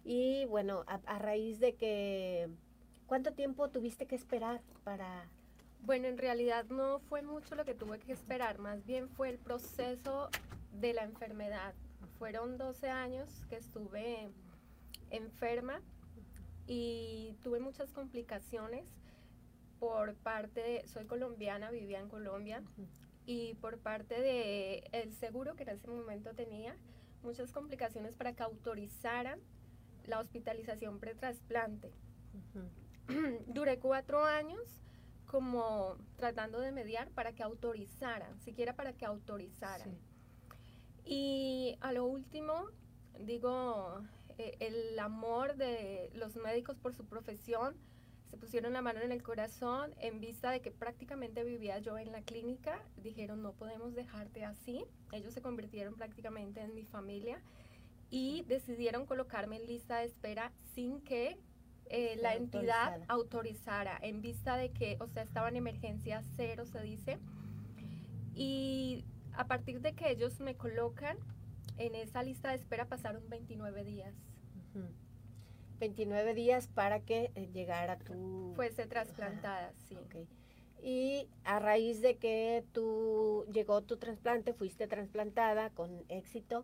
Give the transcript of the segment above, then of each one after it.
Y bueno, a raíz de que, ¿cuánto tiempo tuviste que esperar para...? Bueno, en realidad no fue mucho lo que tuve que esperar, más bien fue el proceso de la enfermedad. Fueron 12 años que estuve enferma y tuve muchas complicaciones por parte de, soy colombiana, vivía en Colombia, y por parte de el seguro que en ese momento tenía, muchas complicaciones para que autorizaran la hospitalización pretrasplante. Duré 4 años como tratando de mediar para que autorizaran, siquiera para que autorizaran. Sí. Y a lo último, digo, el amor de los médicos por su profesión, se pusieron la mano en el corazón en vista de que prácticamente vivía yo en la clínica. Dijeron, no podemos dejarte así. Ellos se convirtieron prácticamente en mi familia y decidieron colocarme en lista de espera sin que la entidad autorizara, en vista de que, o sea, estaba en emergencia cero, se dice. Y a partir de que ellos me colocan en esa lista de espera pasaron 29 días. 29 días para que llegara tu... Fuese trasplantada, sí. Okay. Y a raíz de que llegó tu trasplante, fuiste trasplantada con éxito,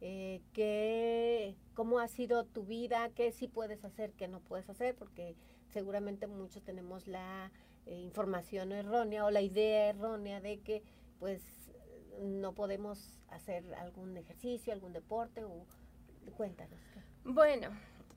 ¿cómo ha sido tu vida? ¿Qué sí puedes hacer, qué no puedes hacer? Porque seguramente muchos tenemos la información errónea o la idea errónea de que pues no podemos hacer algún ejercicio, algún deporte, o cuéntanos. Bueno,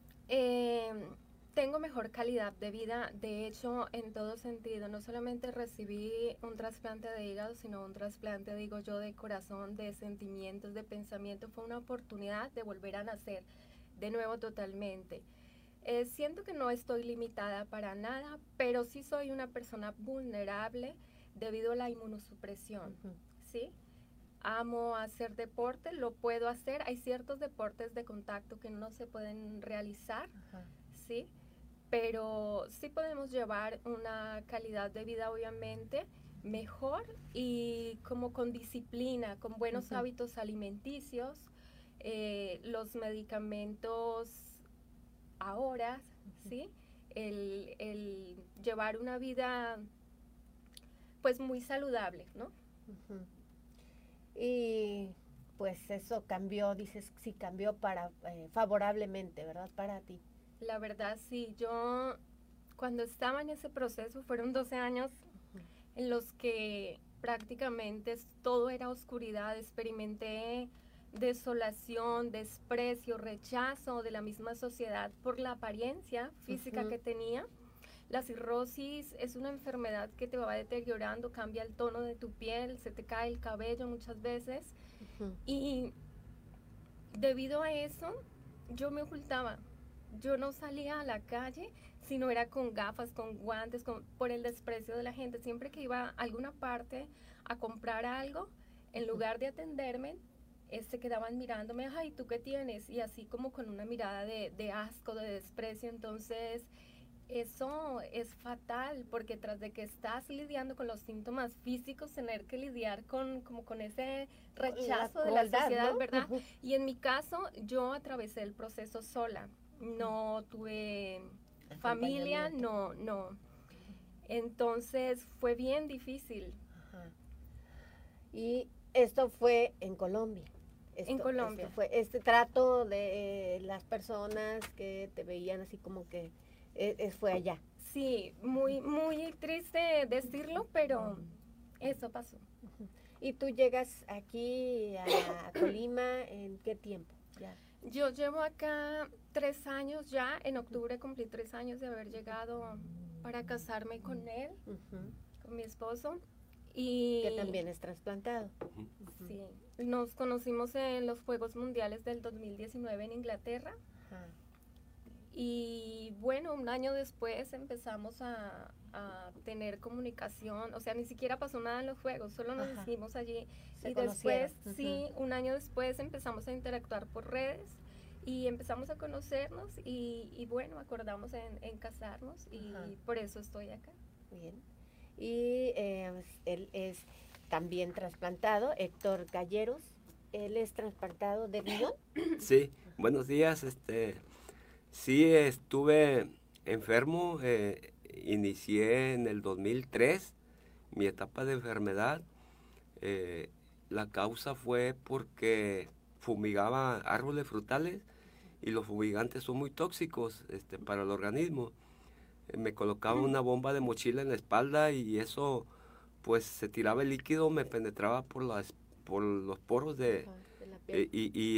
tengo mejor calidad de vida, de hecho, en todo sentido. No solamente recibí un trasplante de hígado, sino un trasplante, digo yo, de corazón, de sentimientos, de pensamiento. Fue una oportunidad de volver a nacer de nuevo totalmente. Siento que no estoy limitada para nada, pero sí soy una persona vulnerable debido a la inmunosupresión, ¿sí? Amo hacer deporte, lo puedo hacer. Hay ciertos deportes de contacto que no se pueden realizar, ¿sí? Pero sí podemos llevar una calidad de vida, obviamente, mejor y como con disciplina, con buenos hábitos alimenticios, los medicamentos ahora, ¿sí? El llevar una vida, pues, muy saludable, ¿no? Y pues eso cambió, dices, sí cambió para favorablemente, ¿verdad? Para ti. La verdad, sí, yo cuando estaba en ese proceso fueron 12 años en los que prácticamente todo era oscuridad. Experimenté desolación, desprecio, rechazo de la misma sociedad por la apariencia física que tenía. La cirrosis es una enfermedad que te va deteriorando, cambia el tono de tu piel, se te cae el cabello muchas veces. Y debido a eso, yo me ocultaba. Yo no salía a la calle si no era con gafas, con guantes, por el desprecio de la gente. Siempre que iba a alguna parte a comprar algo, en lugar de atenderme, se quedaban mirándome, ay, ¿tú qué tienes? Y así como con una mirada de asco, de desprecio. Entonces, eso es fatal, porque tras de que estás lidiando con los síntomas físicos, tener que lidiar como con ese rechazo de la sociedad, ¿no? ¿Verdad? Y en mi caso, yo atravesé el proceso sola. No tuve familia, no. Entonces fue bien difícil. Y esto fue en Colombia. En Colombia. Esto fue este trato de las personas que te veían así como que fue allá. Sí, muy, muy triste decirlo, pero eso pasó. ¿Y tú llegas aquí a Colima en qué tiempo? Ya. Yo llevo acá 3 años ya. En octubre cumplí 3 años de haber llegado para casarme con él, con mi esposo. Y que también es trasplantado. Sí, nos conocimos en los Juegos Mundiales del 2019 en Inglaterra. Y bueno, un año después empezamos a tener comunicación, o sea, ni siquiera pasó nada en los juegos, solo nos hicimos allí. Y después, sí, un año después empezamos a interactuar por redes y empezamos a conocernos y bueno, acordamos en casarnos y por eso estoy acá. Bien. Y él es también trasplantado, Héctor Galleros. Él es trasplantado de riñón. Sí, buenos días. Sí, estuve enfermo, inicié en el 2003 mi etapa de enfermedad. Eh, la causa fue porque fumigaba árboles frutales y los fumigantes son muy tóxicos para el organismo. Me colocaba una bomba de mochila en la espalda y eso, pues se tiraba el líquido, me penetraba por los poros De la piel.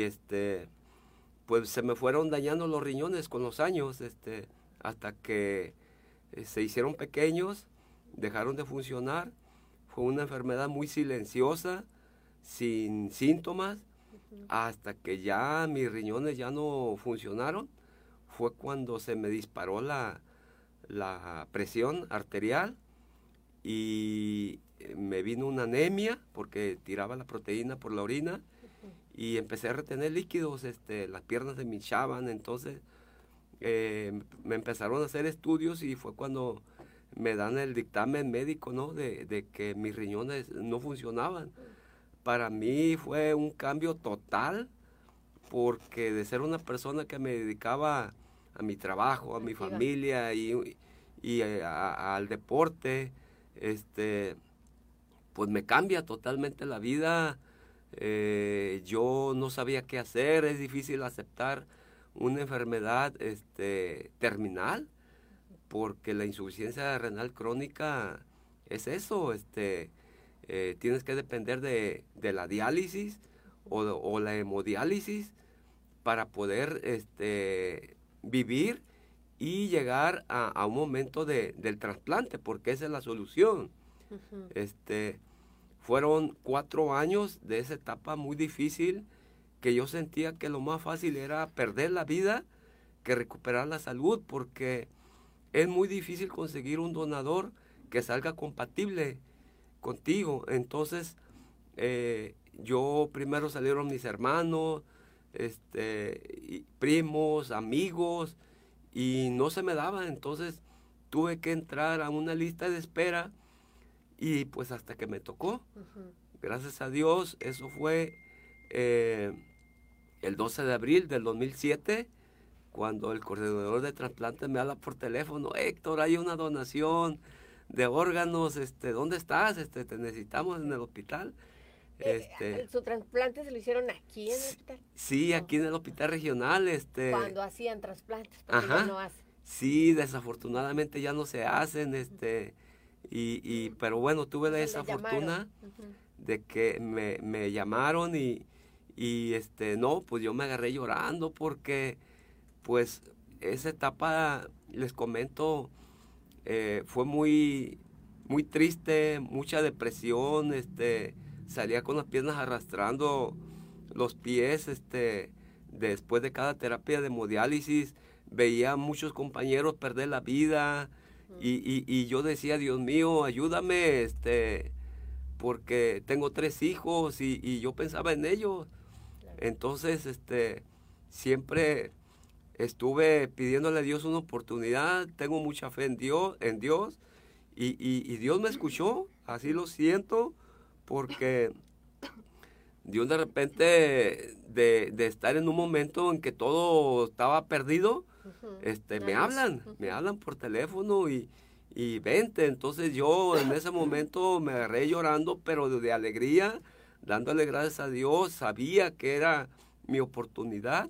pues se me fueron dañando los riñones con los años, hasta que se hicieron pequeños, dejaron de funcionar. Fue una enfermedad muy silenciosa, sin síntomas, hasta que ya mis riñones ya no funcionaron. Fue cuando se me disparó la presión arterial y me vino una anemia porque tiraba la proteína por la orina y empecé a retener líquidos, las piernas se me hinchaban, entonces me empezaron a hacer estudios y fue cuando me dan el dictamen médico, ¿no? De que mis riñones no funcionaban. Para mí fue un cambio total porque de ser una persona que me dedicaba a mi trabajo, a mi familia y al deporte, pues me cambia totalmente la vida. Yo no sabía qué hacer, es difícil aceptar una enfermedad terminal, porque la insuficiencia renal crónica es eso, tienes que depender de la diálisis o la hemodiálisis para poder vivir y llegar a un momento del trasplante, porque esa es la solución. Fueron 4 años de esa etapa muy difícil, que yo sentía que lo más fácil era perder la vida que recuperar la salud, porque es muy difícil conseguir un donador que salga compatible contigo. Entonces, yo primero salieron mis hermanos, primos, amigos, y no se me daba. Entonces, tuve que entrar a una lista de espera y pues hasta que me tocó. Gracias a Dios, eso fue el 12 de abril del 2007, cuando el coordinador de trasplantes me habla por teléfono: Héctor, hay una donación de órganos, ¿dónde estás? Te necesitamos en el hospital. ¿Su trasplante se lo hicieron aquí en el hospital? Sí, aquí en el hospital regional. Cuando hacían trasplantes, porque ajá, ya no hacen. Sí, desafortunadamente ya no se hacen, pero bueno, tuve esa fortuna de que me llamaron y no, pues yo me agarré llorando porque pues esa etapa, les comento, fue muy, muy triste, mucha depresión, salía con las piernas arrastrando los pies, después de cada terapia de hemodiálisis, veía a muchos compañeros perder la vida y yo decía: Dios mío, ayúdame, porque tengo 3 hijos y yo pensaba en ellos. Entonces, siempre estuve pidiéndole a Dios una oportunidad. Tengo mucha fe en Dios, y Dios me escuchó, así lo siento, porque Dios de repente, de estar en un momento en que todo estaba perdido, me hablan por teléfono y vente. Entonces yo en ese momento me agarré llorando, pero de alegría, dándole gracias a Dios. Sabía que era mi oportunidad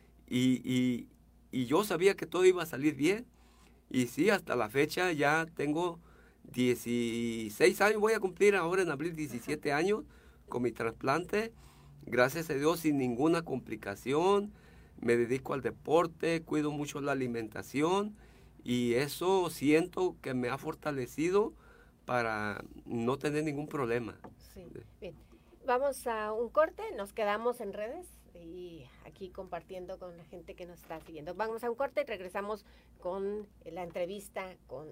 y yo sabía que todo iba a salir bien. Y sí, hasta la fecha ya tengo 16 años, voy a cumplir ahora en abril 17 años con mi trasplante. Gracias a Dios, sin ninguna complicación. Me dedico al deporte, cuido mucho la alimentación y eso siento que me ha fortalecido para no tener ningún problema. Sí, bien. Vamos a un corte, nos quedamos en redes y aquí compartiendo con la gente que nos está siguiendo. Vamos a un corte y regresamos con la entrevista con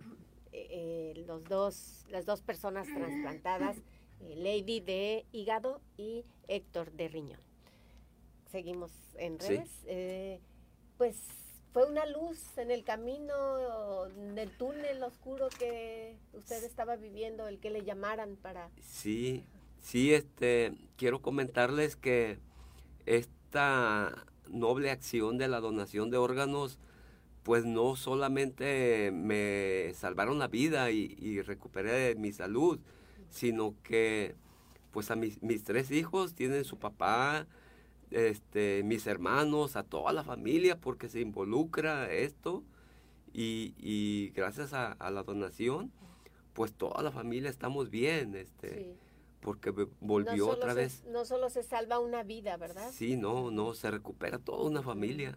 las dos personas trasplantadas, Lady de hígado y Héctor de riñón. Seguimos en redes. Sí. Pues fue una luz en el camino, en el túnel oscuro que usted estaba viviendo, el que le llamaran para... Sí, quiero comentarles que esta noble acción de la donación de órganos pues no solamente me salvaron la vida y recuperé mi salud, sino que pues a mis 3 hijos tienen su papá, mis hermanos, a toda la familia, porque se involucra esto, y gracias a la donación, pues toda la familia estamos bien, Sí. porque volvió otra vez. No solo se salva una vida, ¿verdad? Sí, no, se recupera toda una familia.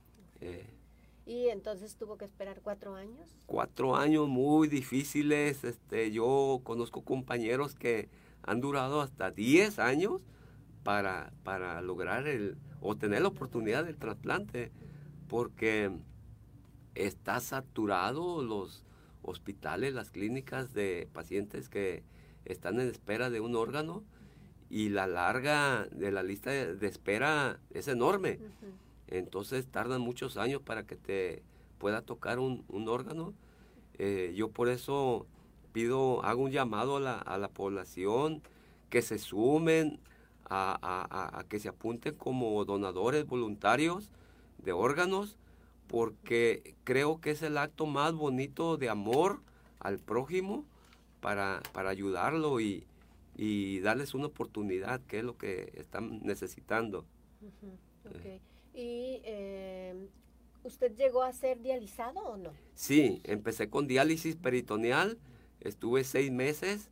Y entonces tuvo que esperar 4 años. 4 años muy difíciles. Yo conozco compañeros que han durado hasta 10 años para lograr o tener la oportunidad del trasplante, porque está saturado los hospitales, las clínicas de pacientes que están en espera de un órgano, y la larga de la lista de espera es enorme. Entonces tardan muchos años para que te pueda tocar un órgano. Yo por eso hago un llamado a la población que se sumen a que se apunten como donadores voluntarios de órganos, porque creo que es el acto más bonito de amor al prójimo para ayudarlo y darles una oportunidad, que es lo que están necesitando. Okay. ¿Y usted llegó a ser dializado o no? Sí, empecé con diálisis peritoneal, estuve 6 meses,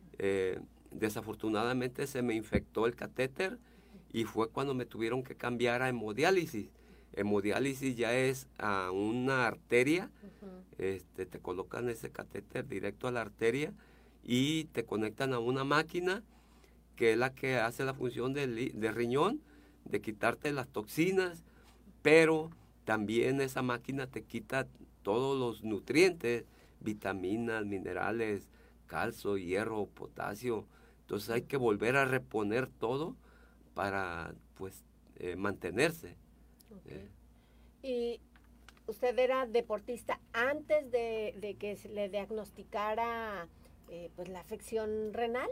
desafortunadamente se me infectó el catéter y fue cuando me tuvieron que cambiar a hemodiálisis. Hemodiálisis ya es a una arteria, te colocan ese catéter directo a la arteria y te conectan a una máquina que es la que hace la función de riñón, de quitarte las toxinas, pero también esa máquina te quita todos los nutrientes, vitaminas, minerales, calcio, hierro, potasio. Entonces hay que volver a reponer todo para pues mantenerse. Okay. ¿Y usted era deportista antes de que se le diagnosticara pues la afección renal?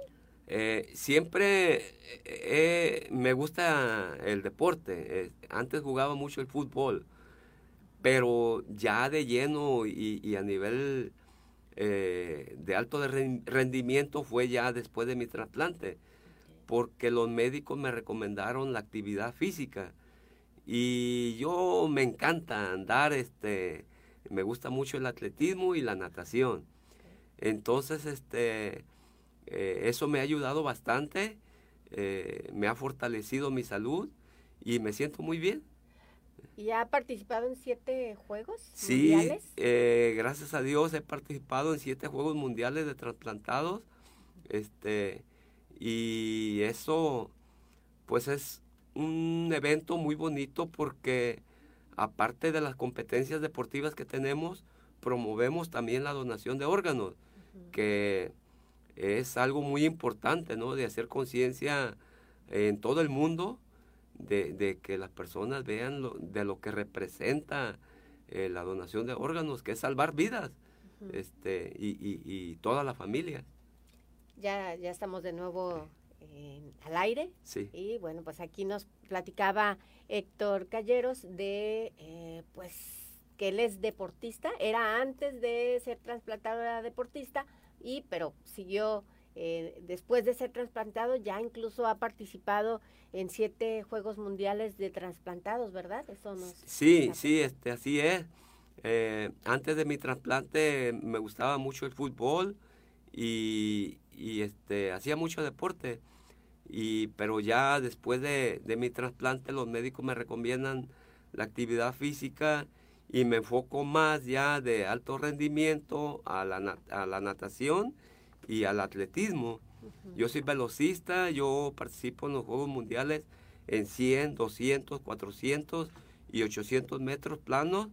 Siempre me gusta el deporte. Antes jugaba mucho el fútbol, pero ya de lleno y a nivel de alto rendimiento fue ya después de mi trasplante, porque los médicos me recomendaron la actividad física y yo me encanta andar, me gusta mucho el atletismo y la natación. Entonces, eso me ha ayudado bastante, me ha fortalecido mi salud y me siento muy bien. ¿Y ha participado en 7 Juegos Mundiales? Sí, gracias a Dios he participado en 7 Juegos Mundiales de trasplantados, y eso pues es un evento muy bonito porque aparte de las competencias deportivas que tenemos, promovemos también la donación de órganos, que es algo muy importante, ¿no? De hacer conciencia en todo el mundo, de que las personas vean de lo que representa la donación de órganos, que es salvar vidas, y toda la familia. Ya estamos de nuevo al aire. Sí. Y bueno, pues aquí nos platicaba Héctor Calleros de pues que él es deportista, era antes de ser trasplantado, era deportista, pero siguió después de ser trasplantado, ya incluso ha participado en 7 Juegos Mundiales de trasplantados, ¿verdad? Eso nos... Sí, así es. Antes de mi trasplante me gustaba mucho el fútbol y hacía mucho deporte, pero ya después de mi trasplante los médicos me recomiendan la actividad física y me enfoco más ya de alto rendimiento a la natación y al atletismo. Yo soy velocista, yo participo en los Juegos Mundiales en 100, 200, 400 y 800 metros planos.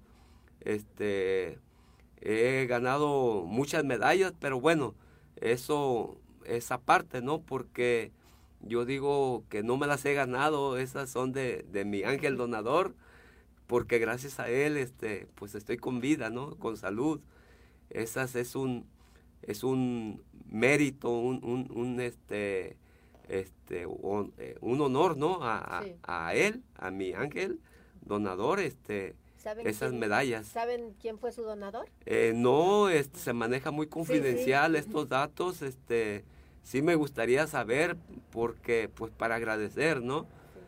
He ganado muchas medallas, pero bueno, eso es aparte, ¿no? Porque yo digo que no me las he ganado, esas son de mi ángel donador, porque gracias a él, pues estoy con vida, ¿no? Con salud. Esas es un mérito, un honor, ¿no? A él, a mi ángel donador, esas medallas. ¿Saben quién fue su donador? No, se maneja muy confidencial estos datos, sí me gustaría saber porque, pues, para agradecer, ¿no?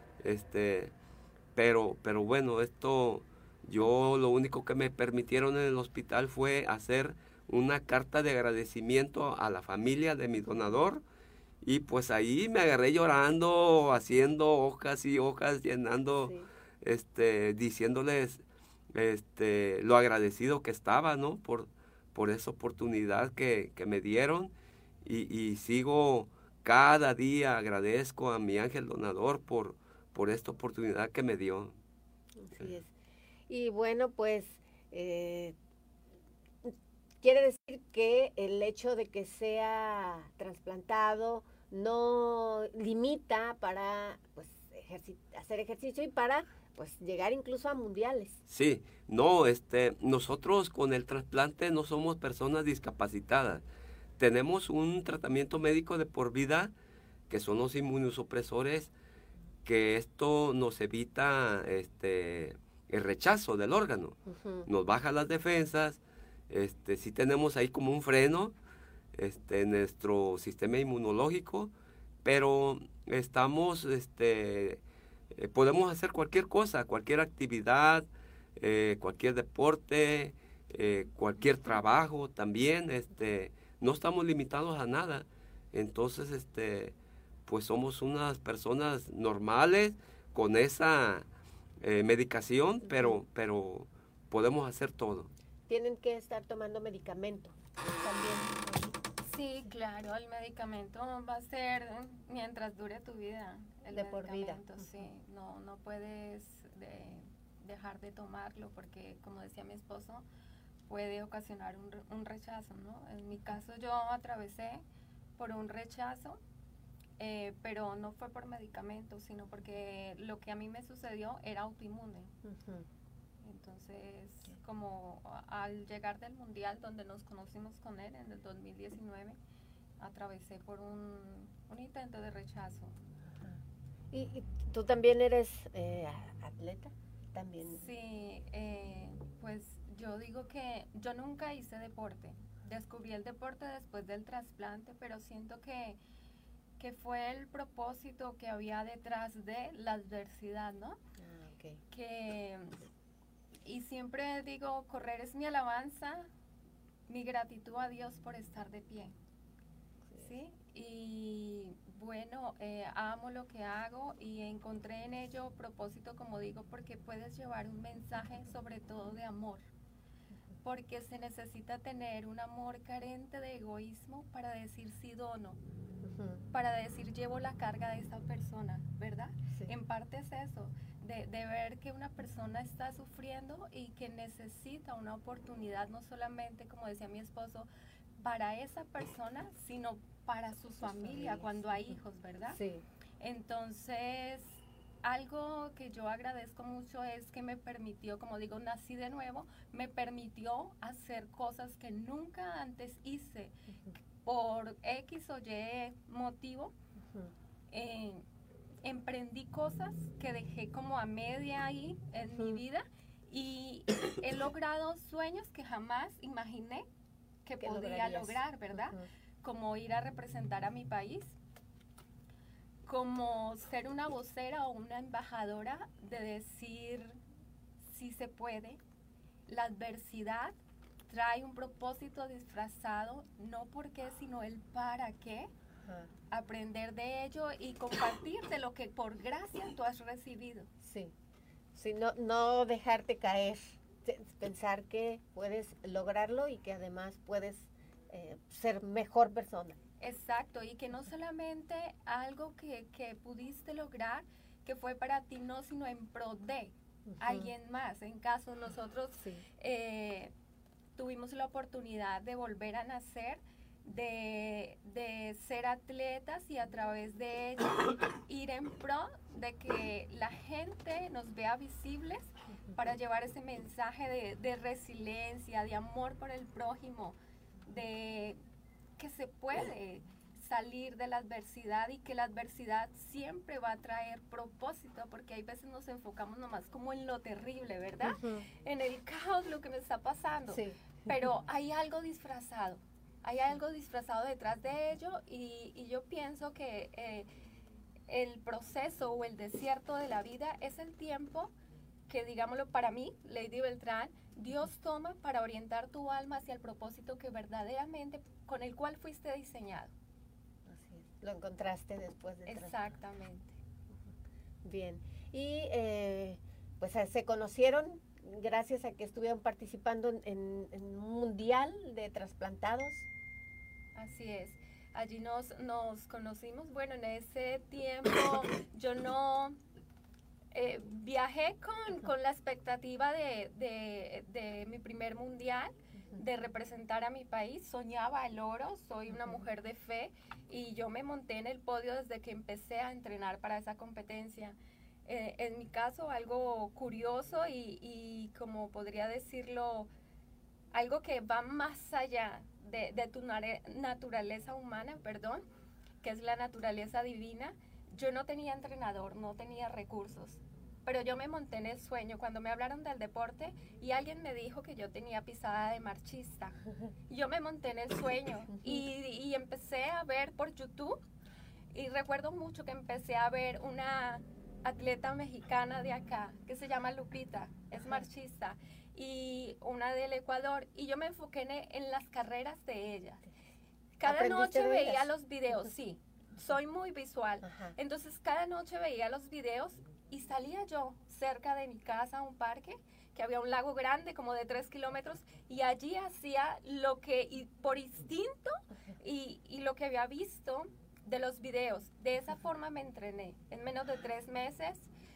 Pero bueno, yo lo único que me permitieron en el hospital fue hacer una carta de agradecimiento a la familia de mi donador, y pues ahí me agarré llorando, haciendo hojas y hojas, llenando, diciéndoles lo agradecido que estaba, ¿no? Por esa oportunidad que me dieron, y sigo cada día, agradezco a mi ángel donador por esta oportunidad que me dio. Así es. Y bueno, pues quiere decir que el hecho de que sea trasplantado no limita para, pues, hacer ejercicio y para, pues, llegar incluso a mundiales. Sí, no, nosotros con el trasplante no somos personas discapacitadas. Tenemos un tratamiento médico de por vida, que son los inmunosupresores, que esto nos evita el rechazo del órgano. Nos baja las defensas, sí tenemos ahí como un freno en nuestro sistema inmunológico, pero estamos, podemos hacer cualquier cosa, cualquier actividad, cualquier deporte, cualquier trabajo también, no estamos limitados a nada. Entonces, pues somos unas personas normales con esa medicación, pero podemos hacer todo. Tienen que estar tomando medicamento también. Sí, claro, el medicamento va a ser mientras dure tu vida. El de por vida. Sí, no puedes dejar de tomarlo porque, como decía mi esposo, puede ocasionar un rechazo, ¿no? En mi caso yo atravesé por un rechazo, pero no fue por medicamentos, sino porque lo que a mí me sucedió era autoinmune. Entonces, como al llegar del mundial donde nos conocimos con él en el 2019, atravesé por un intento de rechazo. ¿Y tú también eres atleta? También. Sí, pues yo digo que yo nunca hice deporte. Descubrí el deporte después del trasplante, pero siento que fue el propósito que había detrás de la adversidad, ¿no? Okay. Y siempre digo, correr es mi alabanza, mi gratitud a Dios por estar de pie. ¿Sí? Y bueno, amo lo que hago y encontré en ello propósito, como digo, porque puedes llevar un mensaje sobre todo de amor. Porque se necesita tener un amor carente de egoísmo para decir sí dono, para decir llevo la carga de esa persona, ¿verdad? Sí. En parte es eso, de ver que una persona está sufriendo y que necesita una oportunidad, no solamente, como decía mi esposo, para esa persona, sino para su familia, cuando hay hijos, ¿verdad? Sí. Entonces, algo que yo agradezco mucho es que me permitió, como digo, nací de nuevo, me permitió hacer cosas que nunca antes hice. Por X o Y motivo, emprendí cosas que dejé como a media ahí en mi vida y he logrado sueños que jamás imaginé que podría lograr, ¿verdad? Como ir a representar a mi país, como ser una vocera o una embajadora de decir sí se puede. La adversidad trae un propósito disfrazado, no por qué, sino el para qué. Aprender de ello y compartir de lo que por gracia tú has recibido. Sí, sí, no dejarte caer, pensar que puedes lograrlo y que además puedes ser mejor persona. Exacto, y que no solamente algo que pudiste lograr, que fue para ti, no, sino en pro de alguien más. En caso nosotros tuvimos la oportunidad de volver a nacer, de ser atletas y a través de ello ir en pro de que la gente nos vea visibles para llevar ese mensaje de resiliencia, de amor por el prójimo, de que se puede salir de la adversidad y que la adversidad siempre va a traer propósito, porque hay veces nos enfocamos nomás como en lo terrible, ¿verdad? En el caos, lo que me está pasando. Sí. Pero hay algo disfrazado detrás de ello y yo pienso que el proceso o el desierto de la vida es el tiempo que, digámoslo, para mí, Lady Beltrán, Dios toma para orientar tu alma hacia el propósito que verdaderamente, con el cual fuiste diseñado. Así es, lo encontraste después de... Exactamente. Bien, y pues se conocieron gracias a que estuvieron participando en un mundial de trasplantados. Así es. Allí nos conocimos. Bueno, en ese tiempo yo no viajé con la expectativa de mi primer mundial, de representar a mi país. Soñaba el oro, soy una mujer de fe y yo me monté en el podio desde que empecé a entrenar para esa competencia. En mi caso, algo curioso y como podría decirlo, algo que va más allá de tu naturaleza humana, que es la naturaleza divina. Yo no tenía entrenador, no tenía recursos, pero yo me monté en el sueño cuando me hablaron del deporte y alguien me dijo que yo tenía pisada de marchista. Yo me monté en el sueño y empecé a ver por YouTube, y recuerdo mucho que empecé a ver una atleta mexicana de acá que se llama Lupita, es marchista, y una del Ecuador, y yo me enfoqué en las carreras de ella. Cada noche veía los videos, sí, soy muy visual, entonces cada noche veía los videos y salía yo cerca de mi casa a un parque, que había un lago grande como de 3 kilómetros, y allí hacía lo que, por instinto y lo que había visto de los videos. De esa forma me entrené en menos de 3 meses.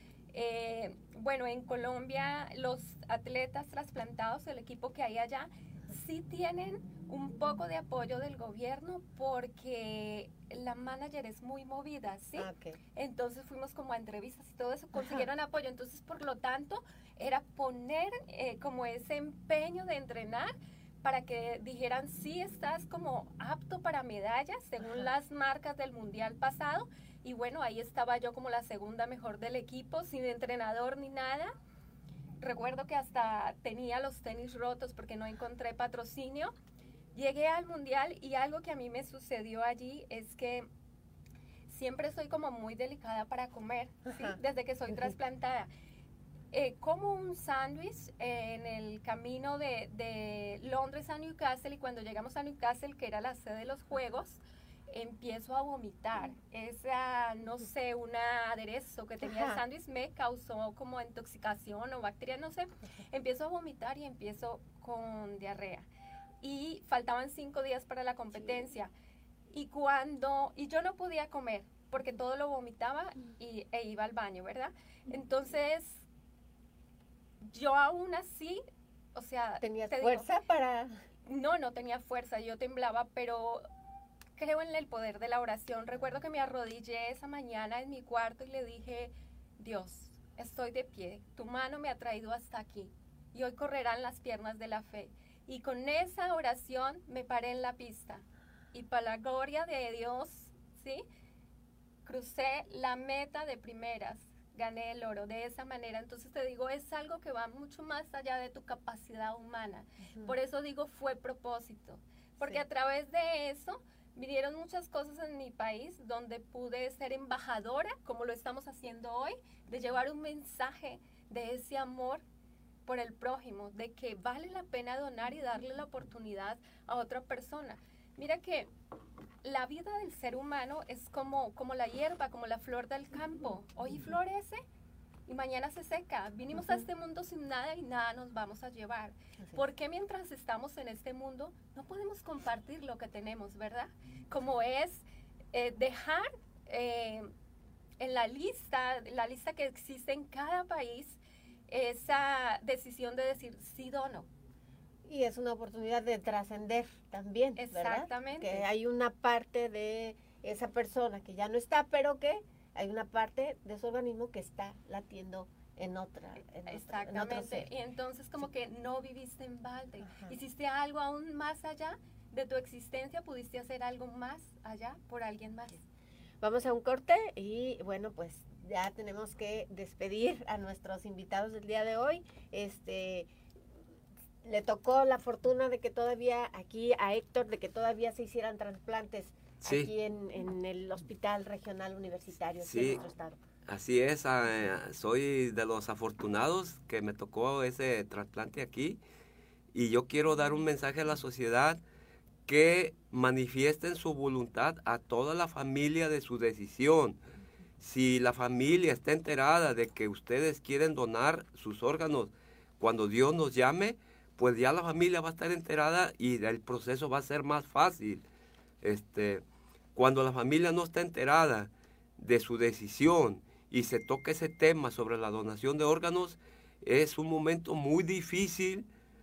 Bueno, en Colombia los atletas trasplantados, el equipo que hay allá, sí tienen un poco de apoyo del gobierno porque la manager es muy movida, ¿sí? Okay. Entonces fuimos como a entrevistas y todo eso, consiguieron apoyo. Entonces, por lo tanto, era poner como ese empeño de entrenar para que dijeran, sí, estás como apto para medallas, según las marcas del mundial pasado. Y bueno, ahí estaba yo como la segunda mejor del equipo, sin entrenador ni nada. Recuerdo que hasta tenía los tenis rotos porque no encontré patrocinio. Llegué al mundial y algo que a mí me sucedió allí es que siempre soy como muy delicada para comer, ¿sí? Desde que soy trasplantada. Como un sándwich en el camino de Londres a Newcastle, y cuando llegamos a Newcastle, que era la sede de los Juegos, empiezo a vomitar. No sé, un aderezo que tenía el sándwich me causó como intoxicación o bacteria, no sé. Empiezo a vomitar y empiezo con diarrea. Y faltaban 5 días para la competencia. Y yo no podía comer porque todo lo vomitaba e iba al baño, ¿verdad? Entonces, yo aún así, o sea... ¿Tenías fuerza para...? No tenía fuerza, yo temblaba, pero creo en el poder de la oración. Recuerdo que me arrodillé esa mañana en mi cuarto y le dije, Dios, estoy de pie, tu mano me ha traído hasta aquí y hoy correrán las piernas de la fe. Y con esa oración me paré en la pista y para la gloria de Dios, ¿sí? Crucé la meta de primeras, gané el oro de esa manera. Entonces te digo, es algo que va mucho más allá de tu capacidad humana. Por eso digo, fue propósito. Porque a través de eso vinieron muchas cosas en mi país donde pude ser embajadora, como lo estamos haciendo hoy, de llevar un mensaje de ese amor por el prójimo, de que vale la pena donar y darle la oportunidad a otra persona. Mira que la vida del ser humano es como la hierba, como la flor del campo. Hoy florece y mañana se seca. Vinimos a este mundo sin nada y nada nos vamos a llevar. ¿Por qué mientras estamos en este mundo no podemos compartir lo que tenemos, verdad? Como es dejar en la lista que existe en cada país, esa decisión de decir, sí dono. Y es una oportunidad de trascender también, exactamente, ¿verdad? Que hay una parte de esa persona que ya no está, pero que hay una parte de su organismo que está latiendo en otra. Exactamente. Y entonces como que no viviste en balde, hiciste algo aún más allá de tu existencia pudiste hacer algo más allá por alguien más. Vamos a un corte y bueno, pues ya tenemos que despedir a nuestros invitados del día de hoy. Le tocó la fortuna de que todavía aquí a Héctor, de que todavía se hicieran trasplantes aquí en el Hospital Regional Universitario aquí en nuestro estado. Así es, soy de los afortunados que me tocó ese trasplante aquí y yo quiero dar un mensaje a la sociedad que manifiesten su voluntad a toda la familia de su decisión. Si la familia está enterada de que ustedes quieren donar sus órganos cuando Dios nos llame, pues ya la familia va a estar enterada y el proceso va a ser más fácil. Cuando la familia no está enterada de su decisión y se toca ese tema sobre la donación de órganos, es un momento muy difícil.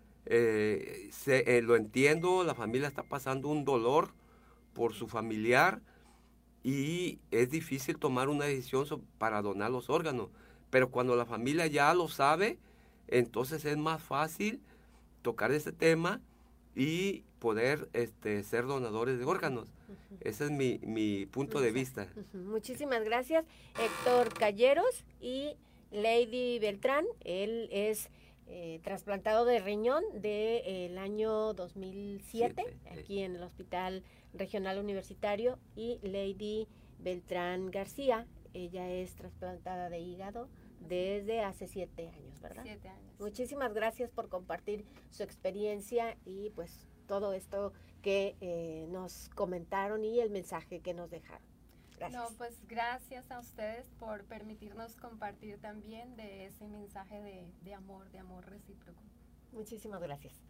Lo entiendo, la familia está pasando un dolor por su familiar y es difícil tomar una decisión para donar los órganos, pero cuando la familia ya lo sabe, entonces es más fácil tocar ese tema y poder ser donadores de órganos. Ese es mi punto de vista. Muchísimas gracias, Héctor Calleros y Lady Beltrán. Él es trasplantado de riñón del año 2007, aquí en el Hospital Regional Universitario, y Lady Beltrán García, ella es trasplantada de hígado desde hace 7 años, ¿verdad? 7 años. Muchísimas gracias por compartir su experiencia y pues todo esto que nos comentaron y el mensaje que nos dejaron. Gracias. No, pues gracias a ustedes por permitirnos compartir también de ese mensaje de amor recíproco. Muchísimas gracias.